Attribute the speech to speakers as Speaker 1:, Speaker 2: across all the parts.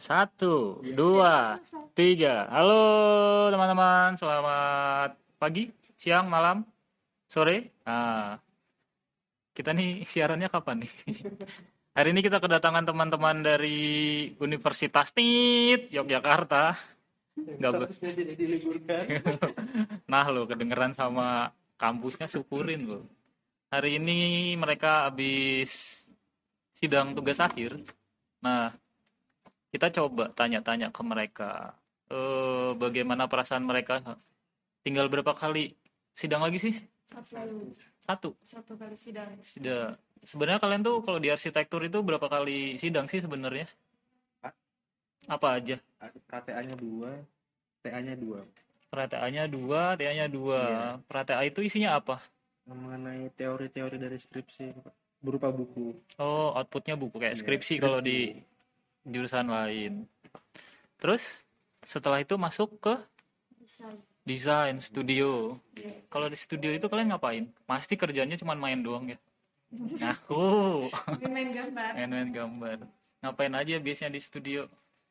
Speaker 1: Satu, dua, tiga. Halo teman-teman, selamat pagi, siang, malam, sore. Kita nih siarannya kapan nih? Hari ini kita kedatangan teman-teman dari Universitas TIT Yogyakarta. Nggak ber-
Speaker 2: Statusnya tidak diliburkan.
Speaker 1: Nah lo kedengeran sama kampusnya, syukurin lo. Hari ini mereka habis sidang tugas akhir. Nah, kita coba tanya-tanya ke mereka. Bagaimana perasaan mereka? Tinggal berapa kali sidang lagi sih?
Speaker 3: Satu,
Speaker 1: Satu.
Speaker 3: satu kali sidang.
Speaker 1: Sidang. Sebenarnya kalian tuh kalau di arsitektur itu berapa kali sidang sih sebenarnya? Apa aja?
Speaker 2: PRTA-nya 2, TA-nya 2.
Speaker 1: PRTA-nya 2, TA-nya 2.
Speaker 2: Iya.
Speaker 1: PRTA itu isinya apa?
Speaker 2: Mengenai teori-teori dari skripsi berupa buku.
Speaker 1: Oh, outputnya buku kayak
Speaker 2: Iya,
Speaker 1: skripsi kalau di jurusan lain. Terus setelah itu masuk ke
Speaker 3: Desain.
Speaker 1: desain studio.
Speaker 3: Iya.
Speaker 1: Kalau di studio itu kalian ngapain? Pasti kerjanya cuma main doang ya. Nah,
Speaker 3: Ini main gambar.
Speaker 1: main-main gambar. Ngapain aja biasanya di studio?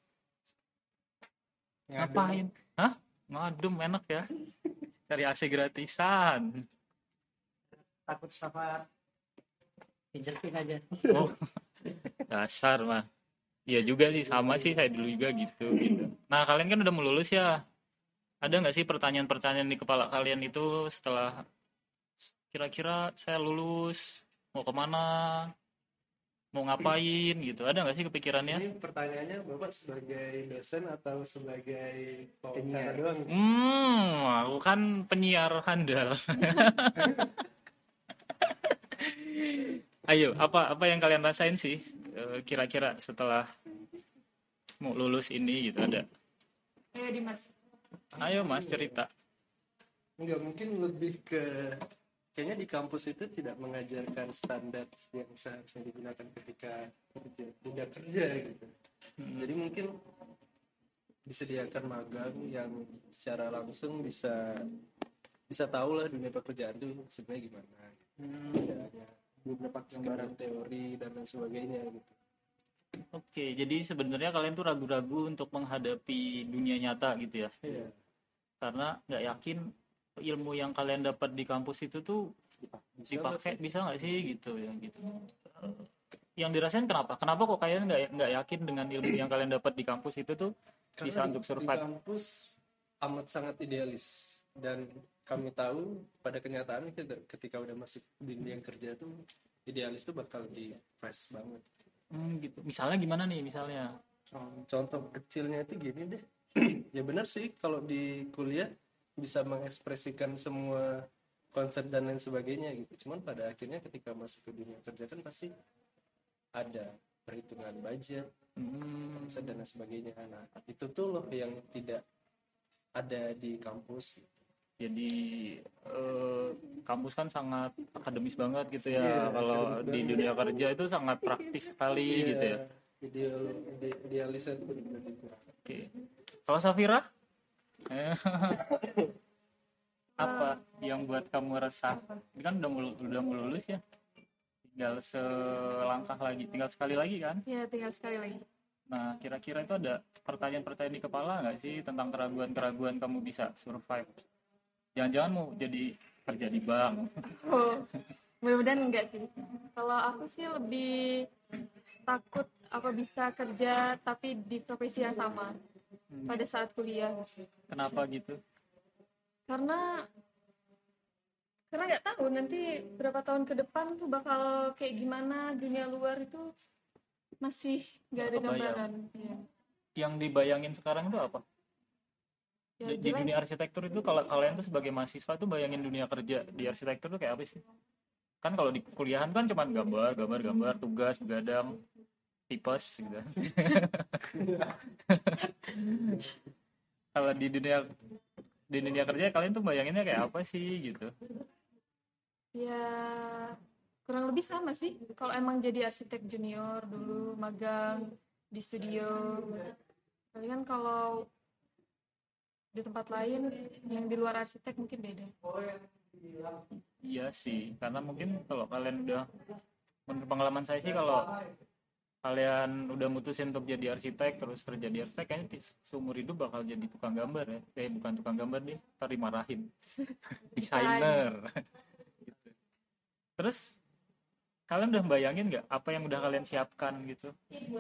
Speaker 1: Ngapain? Hah? Ngadem enak ya. Cari AC gratisan.
Speaker 4: Takut sama pijetin aja.
Speaker 1: Oh, dasar mah. Iya juga sih, sama sih saya dulu juga gitu. Nah, kalian kan udah mau lulus ya. Ada nggak sih pertanyaan-pertanyaan di kepala kalian itu setelah kira-kira saya lulus, mau kemana, mau ngapain gitu? Ada nggak sih kepikirannya?
Speaker 5: Ini pertanyaannya Bapak sebagai dosen atau sebagai
Speaker 2: Penyiar.
Speaker 5: wawancara doang?
Speaker 1: Aku kan penyiar handal. Ayo, apa yang kalian rasain sih kira-kira setelah mau lulus ini gitu ada?
Speaker 3: Ayo Dimas.
Speaker 1: Ayo Mas cerita.
Speaker 5: Enggak, mungkin lebih ke kayaknya di kampus itu tidak mengajarkan standar yang seharusnya digunakan ketika dunia kerja gitu. Jadi mungkin disediakan magang yang secara langsung bisa tahu lah dunia pekerjaan itu sebenarnya gimana. Tidak hanya beberapa gambaran teori dan lain sebagainya gitu.
Speaker 1: Oke, jadi sebenarnya kalian tuh ragu-ragu untuk menghadapi dunia nyata gitu ya?
Speaker 5: Iya.
Speaker 1: Karena nggak yakin ilmu yang kalian dapat di kampus itu tuh dipakai bisa nggak sih gitu ya gitu. Yang dirasain kenapa? Kenapa kok kalian nggak yakin dengan ilmu yang kalian dapat di kampus itu tuh bisa
Speaker 5: Karena
Speaker 1: untuk
Speaker 5: di
Speaker 1: survive?
Speaker 5: kampus amat sangat idealis dan kami tahu pada kenyataannya ketika udah masuk di dunia kerja tuh idealis tuh bakal di press banget.
Speaker 1: Gitu. Misalnya gimana nih misalnya?
Speaker 5: Contoh kecilnya itu gini deh. Ya benar sih kalau di kuliah bisa mengekspresikan semua konsep dan lain sebagainya gitu. Cuman pada akhirnya ketika masuk ke dunia kerja kan pasti ada perhitungan budget, konsep dan lain sebagainya. Nah, itu tuh loh yang tidak ada di kampus.
Speaker 1: Jadi kampus kan sangat akademis banget gitu ya.
Speaker 5: Iya,
Speaker 1: Kalau
Speaker 5: akademis
Speaker 1: di
Speaker 5: banget.
Speaker 1: dunia kerja itu sangat praktis sekali gitu ya.
Speaker 5: Idealisnya tuh benar-benar dikurang.
Speaker 1: Oke. Kalau Safira? Apa yang buat kamu resah? Ini kan udah mau lulus ya. Tinggal selangkah lagi, tinggal sekali lagi kan?
Speaker 3: Ya, tinggal sekali lagi.
Speaker 1: Nah, kira-kira itu ada pertanyaan-pertanyaan di kepala nggak sih tentang keraguan-keraguan kamu bisa survive? Jangan-jangan mau jadi kerja di bank?
Speaker 3: Oh, mudah-mudahan enggak sih. Kalau aku sih lebih takut aku bisa kerja tapi di profesi yang sama pada saat kuliah.
Speaker 1: Kenapa gitu?
Speaker 3: Karena nggak tahu nanti berapa tahun ke depan tuh bakal kayak gimana, dunia luar itu masih nggak ada
Speaker 1: Nggak kebayang.
Speaker 3: gambaran. Ya.
Speaker 1: Yang dibayangin sekarang itu apa?
Speaker 3: Ya,
Speaker 1: Di
Speaker 3: jelek.
Speaker 1: dunia arsitektur itu kalau kalian tuh sebagai mahasiswa tuh bayangin dunia kerja di arsitektur tuh kayak apa sih? Kan kalau di kuliahan kan cuma gambar, tugas, begadang, tipes gitu. Kalau di dunia kerja kalian tuh bayanginnya kayak apa sih gitu?
Speaker 3: Ya kurang lebih sama sih. Kalau emang jadi arsitek junior dulu magang di studio, tapi kan kalau di tempat lain yang di luar arsitek mungkin beda.
Speaker 1: Iya sih, karena mungkin kalau kalian udah, menurut pengalaman saya sih kalau kalian udah mutusin untuk jadi arsitek terus kerja di arsitek, kayaknya seumur hidup bakal jadi tukang gambar ya. Bukan tukang gambar deh, ntar dimarahin. Desainer. Gitu. Terus kalian udah bayangin nggak apa yang udah kalian siapkan gitu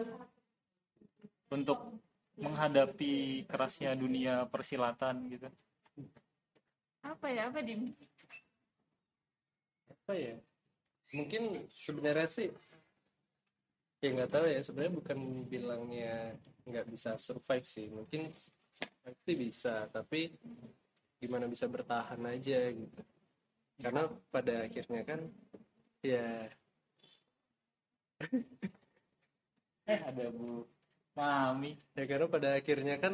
Speaker 1: untuk menghadapi kerasnya dunia persilatan gitu?
Speaker 3: Apa Dim?
Speaker 5: Apa ya, mungkin sebenarnya sih ya nggak tahu ya, sebenarnya bukan bilangnya nggak bisa survive sih, mungkin survive sih bisa, tapi gimana bisa bertahan aja gitu, karena pada akhirnya kan ya
Speaker 1: Ada Bu Mami.
Speaker 5: ya karena pada akhirnya kan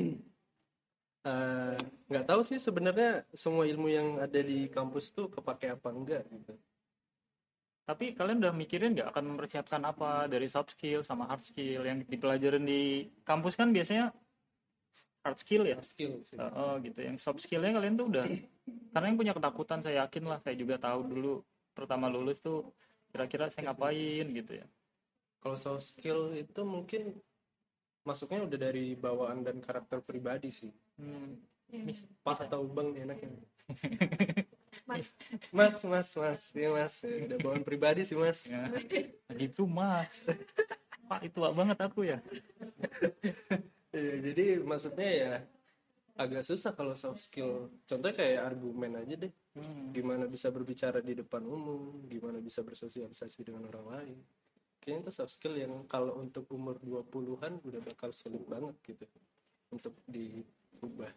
Speaker 5: nggak tahu sih sebenarnya semua ilmu yang ada di kampus tuh kepake apa enggak gitu.
Speaker 1: Tapi kalian udah mikirin nggak akan mempersiapkan apa dari soft skill sama hard skill yang dipelajarin di kampus? Kan biasanya hard skill ya.
Speaker 5: Hard skill sih.
Speaker 1: Gitu. Yang soft skillnya kalian tuh udah, karena yang punya ketakutan saya yakin lah, saya juga tahu dulu pertama lulus tuh kira-kira saya ngapain gitu ya.
Speaker 5: Kalau soft skill itu mungkin masuknya udah dari bawaan dan karakter pribadi sih. Pas atau bang enaknya. Mas. Ya mas, udah bawaan pribadi sih mas.
Speaker 1: Ya, gitu mas. Pak, itu banget aku ya.
Speaker 5: Ya, jadi maksudnya ya agak susah kalau soft skill. Contohnya kayak argumen aja deh. Gimana bisa berbicara di depan umum, gimana bisa bersosialisasi dengan orang lain. Kayaknya itu soft skill yang kalau untuk umur 20-an udah bakal sulit banget gitu untuk diubah.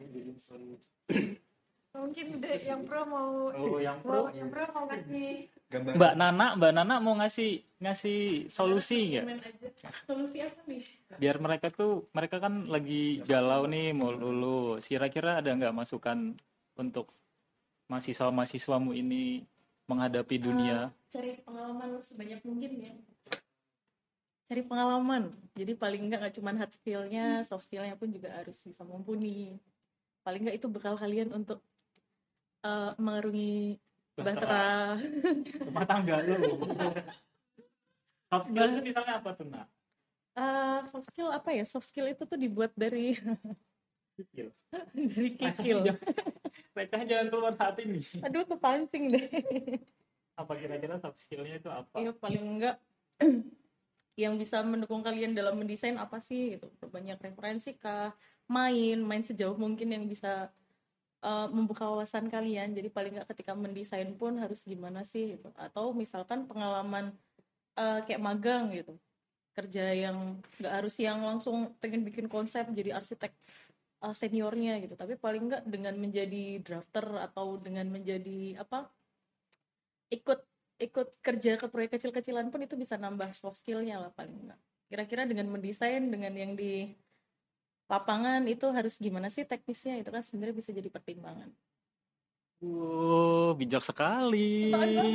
Speaker 3: Mungkin udah yang pro mau
Speaker 1: yang
Speaker 3: mau ngasih
Speaker 1: Mbak Nana mau ngasih solusi nggak?
Speaker 6: Solusi apa nih?
Speaker 1: Biar mereka kan lagi galau nih mau lulus. Kira-kira ada nggak masukan untuk mahasiswa-mahasiswamu ini menghadapi dunia?
Speaker 6: Cari pengalaman sebanyak mungkin ya. Cari pengalaman. Jadi paling nggak cuma hard skill-nya, soft skill-nya pun juga harus bisa mumpuni. Paling nggak itu bekal kalian untuk mengarungi bahtera
Speaker 1: Rumah tangga lu. Soft skill itu misalnya apa tuh, Nak?
Speaker 6: soft skill apa ya? Soft skill itu tuh dibuat dari
Speaker 1: Kikil.
Speaker 6: dari kikil.
Speaker 1: Receh jangan keluar saat ini.
Speaker 6: Aduh, kepancing deh.
Speaker 1: Apa kira-kira soft skill-nya itu apa?
Speaker 6: Ya paling enggak yang bisa mendukung kalian dalam mendesain apa sih gitu. Banyak referensi kah, main sejauh mungkin yang bisa membuka wawasan kalian. Jadi paling enggak ketika mendesain pun harus gimana sih gitu. Atau misalkan pengalaman kayak magang gitu. Kerja yang enggak harus yang langsung pengen bikin konsep jadi arsitek seniornya gitu. Tapi paling enggak dengan menjadi drafter atau dengan menjadi ikut kerja ke proyek kecil-kecilan pun itu bisa nambah soft skill-nya lah paling enggak. Kira-kira dengan mendesain, dengan yang di lapangan itu harus gimana sih teknisnya, itu kan sebenarnya bisa jadi pertimbangan.
Speaker 1: Bijak sekali.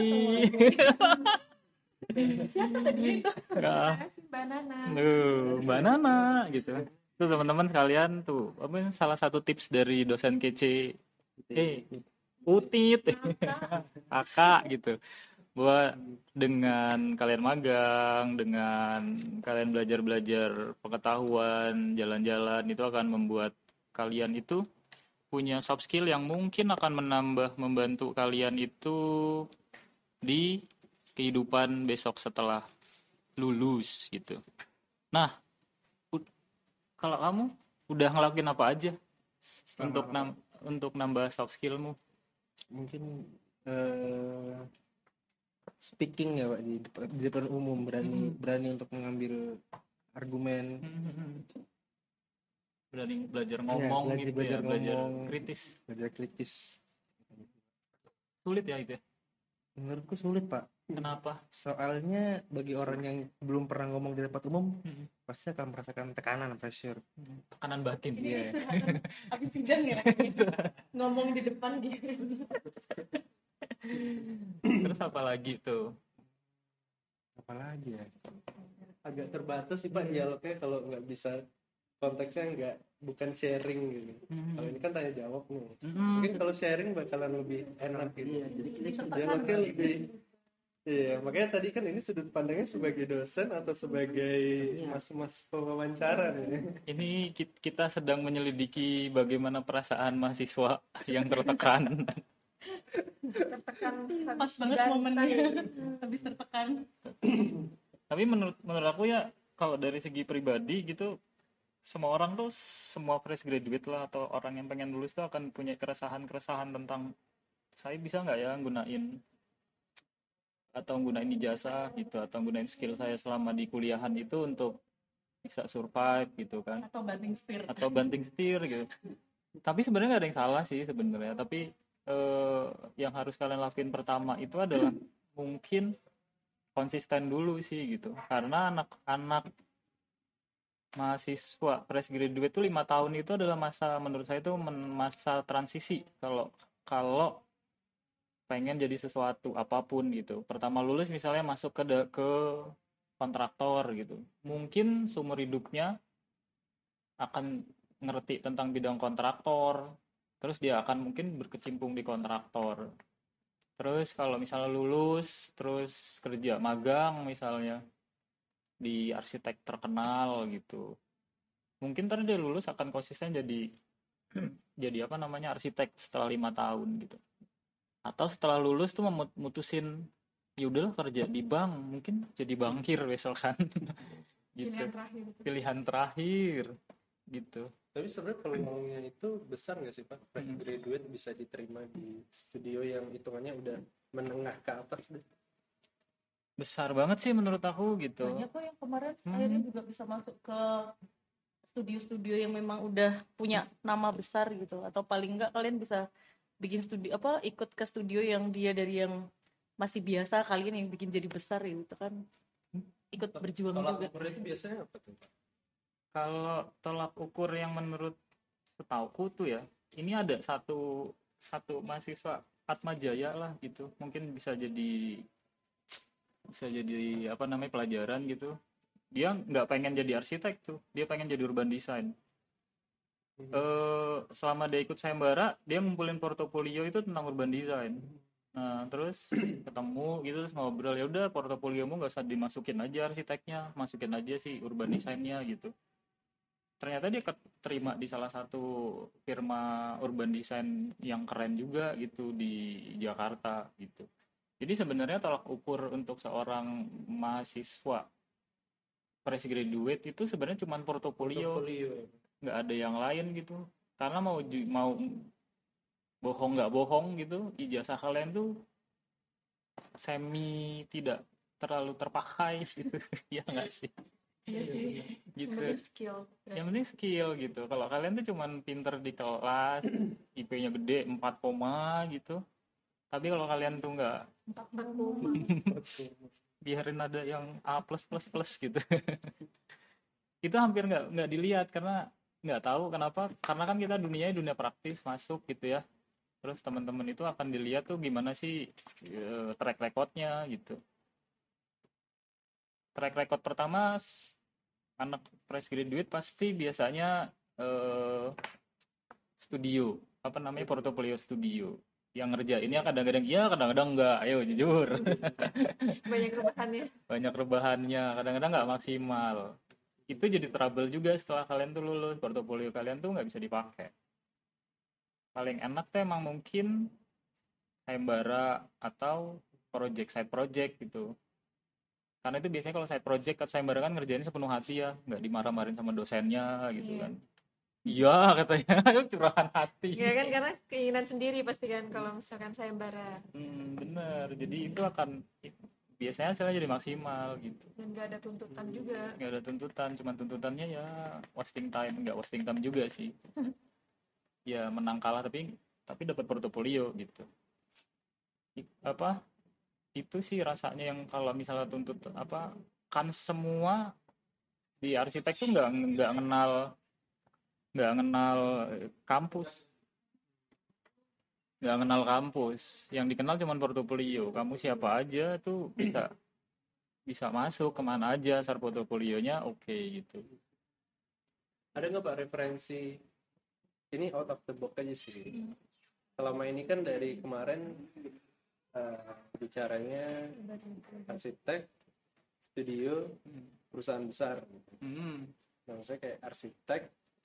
Speaker 6: Siapa tadi itu?
Speaker 3: Mbak Nana.
Speaker 1: Mbak Nana gitu. Tuh teman-teman sekalian tuh, apa salah satu tips dari dosen kece Utit Kakak gitu. Bahwa dengan kalian magang, dengan kalian belajar pengetahuan, jalan-jalan, itu akan membuat kalian itu punya soft skill yang mungkin akan membantu kalian itu di kehidupan besok setelah lulus gitu. Nah, kalau kamu udah ngelakuin apa aja untuk nambah soft skillmu?
Speaker 2: Mungkin speaking ya Pak, di depan umum, berani untuk mengambil argumen,
Speaker 1: berani belajar ngomong
Speaker 2: ya,
Speaker 1: gitu,
Speaker 2: belajar
Speaker 1: belajar
Speaker 2: kritis.
Speaker 1: Sulit ya itu ya?
Speaker 2: Menurutku sulit Pak.
Speaker 1: Kenapa?
Speaker 2: Soalnya bagi orang yang belum pernah ngomong di tempat umum pasti akan merasakan tekanan, pressure,
Speaker 1: tekanan batin.
Speaker 6: Ini habis sidang ya ngomong di depan gitu.
Speaker 1: Terus apa lagi tuh?
Speaker 2: Apalagi ya,
Speaker 5: Agak terbatas sih Pak dialognya kalau nggak bisa, konteksnya bukan sharing gitu. Kalau ini kan tanya jawab nih. Mungkin kalau sharing bakalan lebih enak gitu.
Speaker 2: Iya, jadi kita
Speaker 5: Dialognya lebih Iya, makanya tadi kan ini sudut pandangnya sebagai dosen atau sebagai mas-mas pewawancara nih.
Speaker 1: Ini kita sedang menyelidiki bagaimana perasaan mahasiswa yang tertekan.
Speaker 3: Tertekan
Speaker 6: Pas banget momennya habis tertekan.
Speaker 1: Tapi menurut aku ya, kalau dari segi pribadi gitu, semua orang tuh, semua fresh graduate lah atau orang yang pengen lulus tuh akan punya keresahan tentang saya bisa nggak ya gunain ijazah gitu, atau gunain skill saya selama di kuliahan itu untuk bisa survive gitu kan,
Speaker 6: Atau
Speaker 1: banting setir gitu. Tapi sebenarnya nggak ada yang salah sih sebenarnya, tapi yang harus kalian lakuin pertama itu adalah mungkin konsisten dulu sih gitu, karena anak-anak mahasiswa fresh graduate itu 5 tahun itu adalah menurut saya itu masa transisi kalau kalau pengen jadi sesuatu apapun gitu. Pertama lulus misalnya masuk ke kontraktor gitu, mungkin seumur hidupnya akan ngerti tentang bidang kontraktor, terus dia akan mungkin berkecimpung di kontraktor. Terus kalau misalnya lulus terus kerja magang misalnya di arsitek terkenal gitu, mungkin ntar dia lulus akan konsisten jadi apa namanya arsitek setelah 5 tahun gitu. Atau setelah lulus tuh memutusin yaudahlah kerja di bank, mungkin jadi bankir misalkan. Gitu, pilihan terakhir gitu.
Speaker 5: Tapi sebenarnya peluangnya itu besar nggak sih Pak? Fresh graduate bisa diterima di studio yang hitungannya udah menengah ke atas deh.
Speaker 1: Besar banget sih menurut aku gitu.
Speaker 6: Banyak kok yang kemarin akhirnya juga bisa masuk ke studio-studio yang memang udah punya nama besar gitu, atau paling enggak kalian bisa bikin studio ikut ke studio yang dia dari yang masih biasa kalian yang bikin jadi besar gitu kan, ikut berjuang
Speaker 5: Tolak
Speaker 6: juga.
Speaker 5: ukur itu biasanya apa tuh Pak?
Speaker 1: Kalau tolak ukur yang menurut setauku tuh ya, ini ada satu mahasiswa Atmajaya lah gitu, mungkin bisa jadi apa namanya pelajaran gitu. Dia nggak pengen jadi arsitek tuh, dia pengen jadi urban design. Selama dia ikut sayembara, dia ngumpulin portofolio itu tentang urban design. Nah terus ketemu gitu, terus ngobrol, ya udah portofoliomu nggak usah dimasukin aja arsiteknya, masukin aja sih urban design-nya gitu. Ternyata dia keterima di salah satu firma urban design yang keren juga gitu di Jakarta gitu. Jadi sebenarnya tolak ukur untuk seorang mahasiswa fresh graduate itu sebenarnya cuma portofolio, nggak ada yang lain gitu. Karena mau bohong nggak bohong gitu, ijazah kalian tuh semi tidak terlalu terpakai gitu. Ya nggak sih?
Speaker 6: Iya sih.
Speaker 1: Gitu.
Speaker 3: Skill.
Speaker 1: Yang penting skill gitu. Kalau kalian tuh cuman pinter di kelas, IP-nya gede 4, gitu. Tapi kalau kalian tuh nggak, biarin ada yang A+++ gitu. Itu hampir nggak dilihat, karena nggak tahu kenapa, karena kan kita dunia praktis masuk gitu ya. Terus teman-teman itu akan dilihat tuh gimana sih track record-nya gitu. Track record pertama anak fresh graduate pasti biasanya studio, apa namanya, portofolio studio. Yang ngerjainnya kadang-kadang iya, kadang-kadang enggak. Ayo jujur. Banyak rebahannya, kadang-kadang nggak maksimal. Itu jadi trouble juga setelah kalian tuh lulus, portofolio kalian tuh nggak bisa dipakai. Paling enak tuh emang mungkin sayembara atau side project gitu. Karena itu biasanya kalau side project atau sayembara kan ngerjainnya sepenuh hati ya, nggak dimarah-marahin sama dosennya gitu kan. Iya katanya, curahan hati.
Speaker 3: Ya kan, karena keinginan sendiri pasti kan kalau misalkan sayembara.
Speaker 1: Bener, jadi itu akan biasanya hasilnya jadi maksimal gitu.
Speaker 3: Dan nggak ada tuntutan juga.
Speaker 1: Nggak ada tuntutan, cuma tuntutannya ya wasting time, nggak wasting time juga sih. Ya menang kalah tapi dapat portofolio gitu. Itu sih rasanya yang kalau misalnya tuntut kan semua di arsitek tuh nggak kenal kampus, yang dikenal cuma portofolio. Kamu siapa aja tuh bisa masuk kemana aja, asal portofolionya oke gitu.
Speaker 5: Ada nggak Pak referensi, ini out of the box aja sih, selama ini kan dari kemarin bicaranya arsitek, studio, perusahaan besar.
Speaker 1: Hmm.
Speaker 5: Nah, maksudnya kayak arsitek,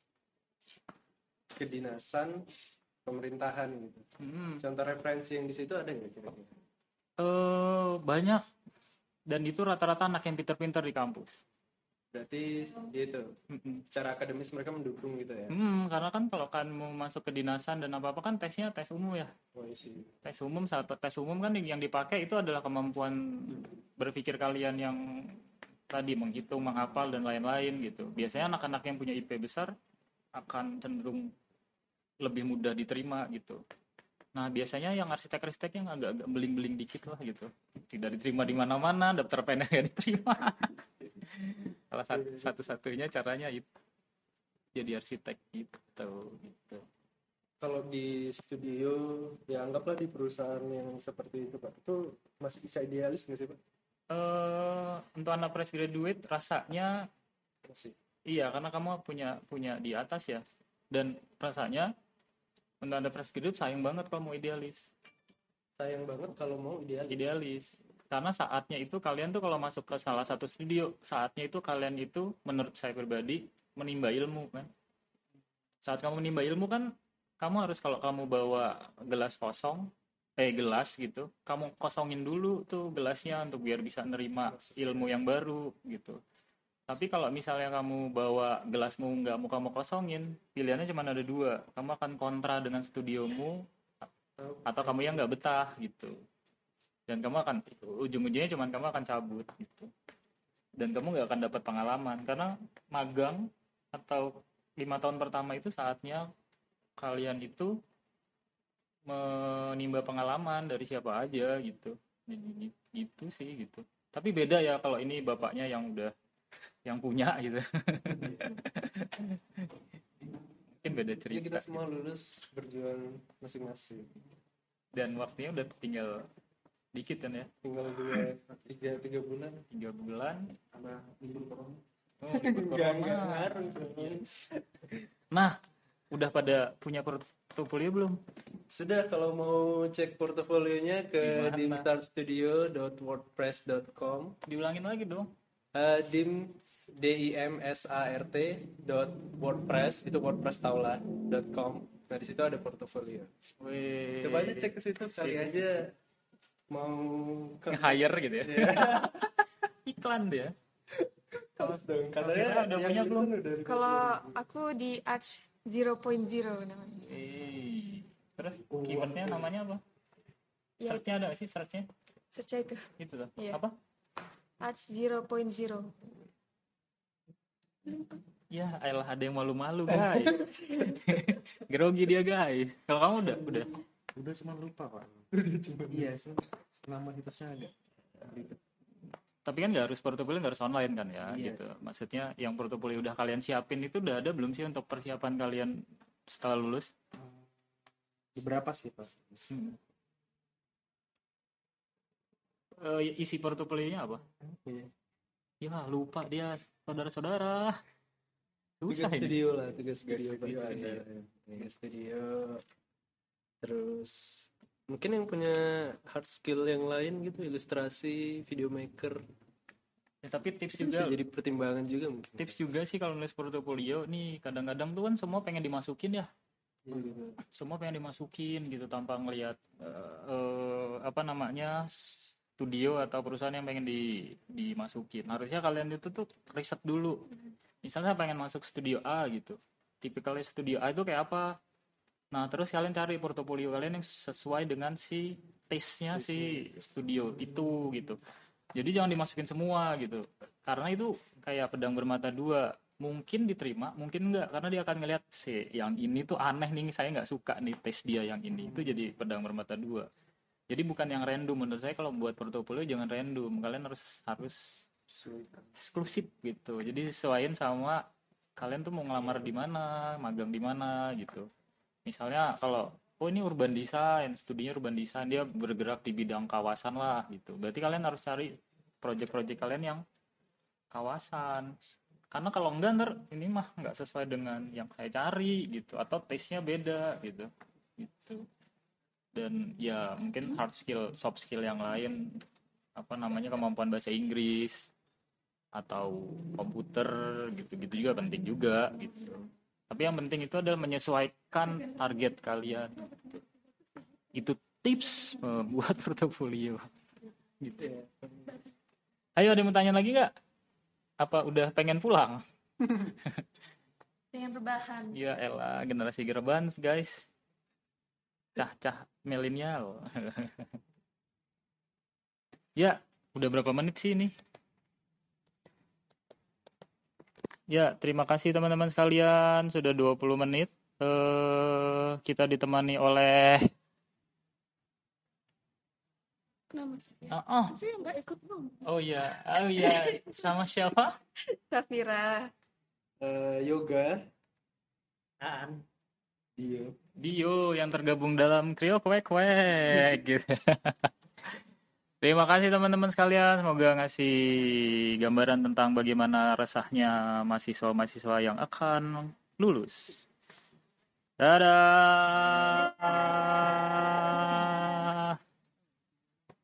Speaker 5: kedinasan, pemerintahan gitu. Contoh referensi yang di situ ada nggak kira-kira?
Speaker 1: Banyak, dan itu rata-rata anak yang pinter-pinter di kampus.
Speaker 5: Berarti gitu, secara akademis mereka mendukung gitu ya?
Speaker 1: Karena kan kalau kan mau masuk ke dinasan dan apa-apa kan tesnya tes umum ya.
Speaker 5: Oh, isi.
Speaker 1: Tes umum kan yang dipakai itu adalah kemampuan berpikir kalian yang tadi menghitung, menghafal dan lain-lain gitu. Biasanya anak-anak yang punya IP besar akan cenderung lebih mudah diterima gitu. Nah biasanya yang arsitek-arsitek yang agak-agak beling-beling dikit lah gitu, tidak diterima di mana-mana, daftar PNS nggak diterima. Salah satu-satunya caranya itu jadi arsitek gitu.
Speaker 5: Kalau di studio, ya anggaplah di perusahaan yang seperti itu Pak, itu masih bisa idealis nggak sih Pak?
Speaker 1: Untuk anak fresh graduate rasanya
Speaker 5: Masih.
Speaker 1: iya, karena kamu punya di atas ya, dan rasanya untuk anak fresh graduate sayang banget kalau mau idealis.
Speaker 5: Sayang banget kalau mau
Speaker 1: Idealis. Karena saatnya itu kalian tuh kalau masuk ke salah satu studio, saatnya itu kalian itu menurut saya pribadi menimba ilmu kan. Saat kamu menimba ilmu kan, kamu harus kalau kamu bawa gelas gitu, kamu kosongin dulu tuh gelasnya untuk biar bisa nerima ilmu yang baru gitu. Tapi kalau misalnya kamu bawa gelasmu nggak mau kamu kosongin, pilihannya cuma ada dua. Kamu akan kontra dengan studiomu, atau kamu yang nggak betah gitu. Dan kamu akan ujung-ujungnya cuman kamu akan cabut gitu. Dan kamu nggak akan dapat pengalaman, karena magang atau 5 tahun pertama itu saatnya kalian itu menimba pengalaman dari siapa aja gitu. Jadi gitu sih gitu. Tapi beda ya kalau ini bapaknya yang punya gitu. Mungkin beda
Speaker 5: Jadi
Speaker 1: cerita.
Speaker 5: kita semua lulus berjuang masing-masing.
Speaker 1: Dan waktunya udah tinggal dikit kan ya,
Speaker 5: Tinggal 3 bulan.
Speaker 1: 3 bulan.
Speaker 5: Nah, libur corona.
Speaker 1: Libur
Speaker 5: Nggak
Speaker 1: corona.
Speaker 5: ngaruh.
Speaker 1: Nah, udah pada punya portofolio belum?
Speaker 5: Sudah, kalau mau cek portofolionya ke
Speaker 1: Gimana?
Speaker 5: dimstartstudio.wordpress.com.
Speaker 1: Diulangin lagi dong.
Speaker 5: dimsart.wordpress itu WordPress taula.com. Nah, di situ ada portofolio.
Speaker 1: Wih.
Speaker 5: Coba aja cek ke situ, kali aja mau
Speaker 1: Nge-hire gitu ya.
Speaker 5: Iya.
Speaker 1: Iklan dia.
Speaker 5: Harus dong.
Speaker 1: Kalau
Speaker 5: Katanya
Speaker 1: kita udah
Speaker 5: yang
Speaker 1: punya
Speaker 5: lulusan
Speaker 1: belum?
Speaker 5: udah
Speaker 3: Kalau aku di Arch 0.0 namanya.
Speaker 1: Terus keywordnya namanya apa?
Speaker 3: Ya,
Speaker 1: Search-nya ada nggak sih search-nya?
Speaker 3: search itu.
Speaker 1: Itu tuh.
Speaker 3: Iya.
Speaker 1: Apa?
Speaker 3: Arch 0.0.
Speaker 1: Ya, ayolah, ada yang malu-malu guys. Grogi dia guys. Kalau kamu udah.
Speaker 2: Udah cuma lupa Pak. Iya, nama situsnya agak ribet.
Speaker 1: Tapi kan nggak harus portofolio, nggak harus online kan ya,
Speaker 2: Iya.
Speaker 1: gitu. Maksudnya yang portofolio udah kalian siapin itu udah ada belum sih untuk persiapan kalian setelah lulus?
Speaker 2: Beberapa sih Pak.
Speaker 1: Isi portofolionya apa?
Speaker 5: Iya.
Speaker 1: Ya lupa dia, saudara-saudara. Susah
Speaker 5: Tiga
Speaker 1: ini.
Speaker 5: studio lah, tiga studio
Speaker 1: studio
Speaker 5: pasti
Speaker 1: ada.
Speaker 5: ada. Tiga studio. Terus mungkin yang punya hard skill yang lain gitu, ilustrasi, video maker,
Speaker 1: Ya, tapi tips
Speaker 5: itu bisa
Speaker 1: juga.
Speaker 5: jadi pertimbangan juga mungkin.
Speaker 1: Tips juga sih kalau nulis portofolio nih, kadang-kadang tuh kan semua pengen dimasukin ya.
Speaker 5: Iya, gitu.
Speaker 1: Semua pengen dimasukin gitu tanpa ngelihat studio atau perusahaan yang pengen dimasukin. Harusnya kalian itu tuh riset dulu. Misalnya pengen masuk studio A gitu, tipikalnya studio A itu kayak apa. Nah terus kalian cari portofolio kalian yang sesuai dengan si taste-nya si studio itu gitu. Jadi jangan dimasukin semua gitu, karena itu kayak pedang bermata dua. Mungkin diterima, mungkin enggak, karena dia akan ngelihat si yang ini tuh aneh nih, saya nggak suka nih taste dia yang ini. Itu jadi pedang bermata dua. Jadi bukan yang random. Menurut saya kalau buat portofolio jangan random, kalian harus eksklusif gitu. Jadi sesuaiin sama kalian tuh mau ngelamar di mana, magang di mana gitu. Misalnya kalau ini urban design, studinya urban design, dia bergerak di bidang kawasan lah gitu. Berarti kalian harus cari project-project kalian yang kawasan. Karena kalau enggak ntar ini mah nggak sesuai dengan yang saya cari gitu, atau taste-nya beda gitu. Gitu. dan ya mungkin hard skill, soft skill yang lain, apa namanya, kemampuan bahasa Inggris atau komputer gitu-gitu juga penting juga gitu. Tapi yang penting itu adalah menyesuaikan target kalian. Itu tips buat portofolio gitu. Ayo, ada yang mau tanya lagi nggak? Apa udah pengen pulang?
Speaker 3: Pengen rebahan.
Speaker 1: Ya elah, generasi gerbans guys. Cah-cah milenial. Ya, udah berapa menit sih ini? Ya, terima kasih teman-teman sekalian. Sudah 20 menit. Kita ditemani oleh...
Speaker 3: Nama saya.
Speaker 1: Oh,
Speaker 3: Saya nggak ikut dong.
Speaker 1: oh ya, sama siapa?
Speaker 3: Safira.
Speaker 5: Yoga,
Speaker 4: Aan.
Speaker 1: Dio yang tergabung dalam trio kwek-kwek gitu. Terima kasih teman-teman sekalian, semoga ngasih gambaran tentang bagaimana resahnya mahasiswa-mahasiswa yang akan lulus. Dadah.